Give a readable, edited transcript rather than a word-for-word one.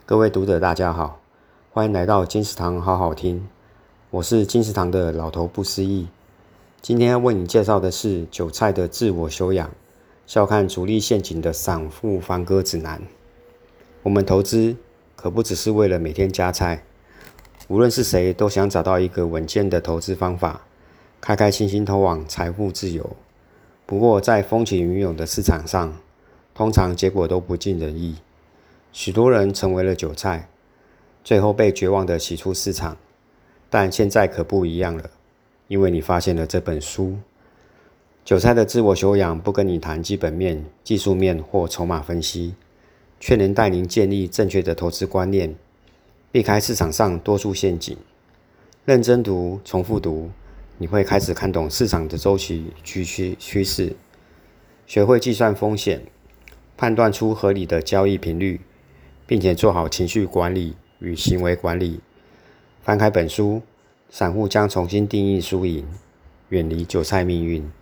各位读者大家好，欢迎来到金石堂好好听，我是金石堂的老头不思议。今天要为你介绍的是韭菜的自我修养，笑看主力陷阱的散户防割指南。我们投资可不只是为了每天加菜，无论是谁都想找到一个稳健的投资方法，开开心心投往财富自由。不过在风起云涌的市场上，通常结果都不尽人意，许多人成为了韭菜，最后被绝望地洗出市场。但现在可不一样了，因为你发现了这本书。韭菜的自我修养不跟你谈基本面、技术面或筹码分析，却能带您建立正确的投资观念，避开市场上多数陷阱。认真读、重复读，你会开始看懂市场的周期趋势，学会计算风险，判断出合理的交易频率，并且做好情绪管理与行为管理。翻开本书，散户将重新定义输赢，远离韭菜命运。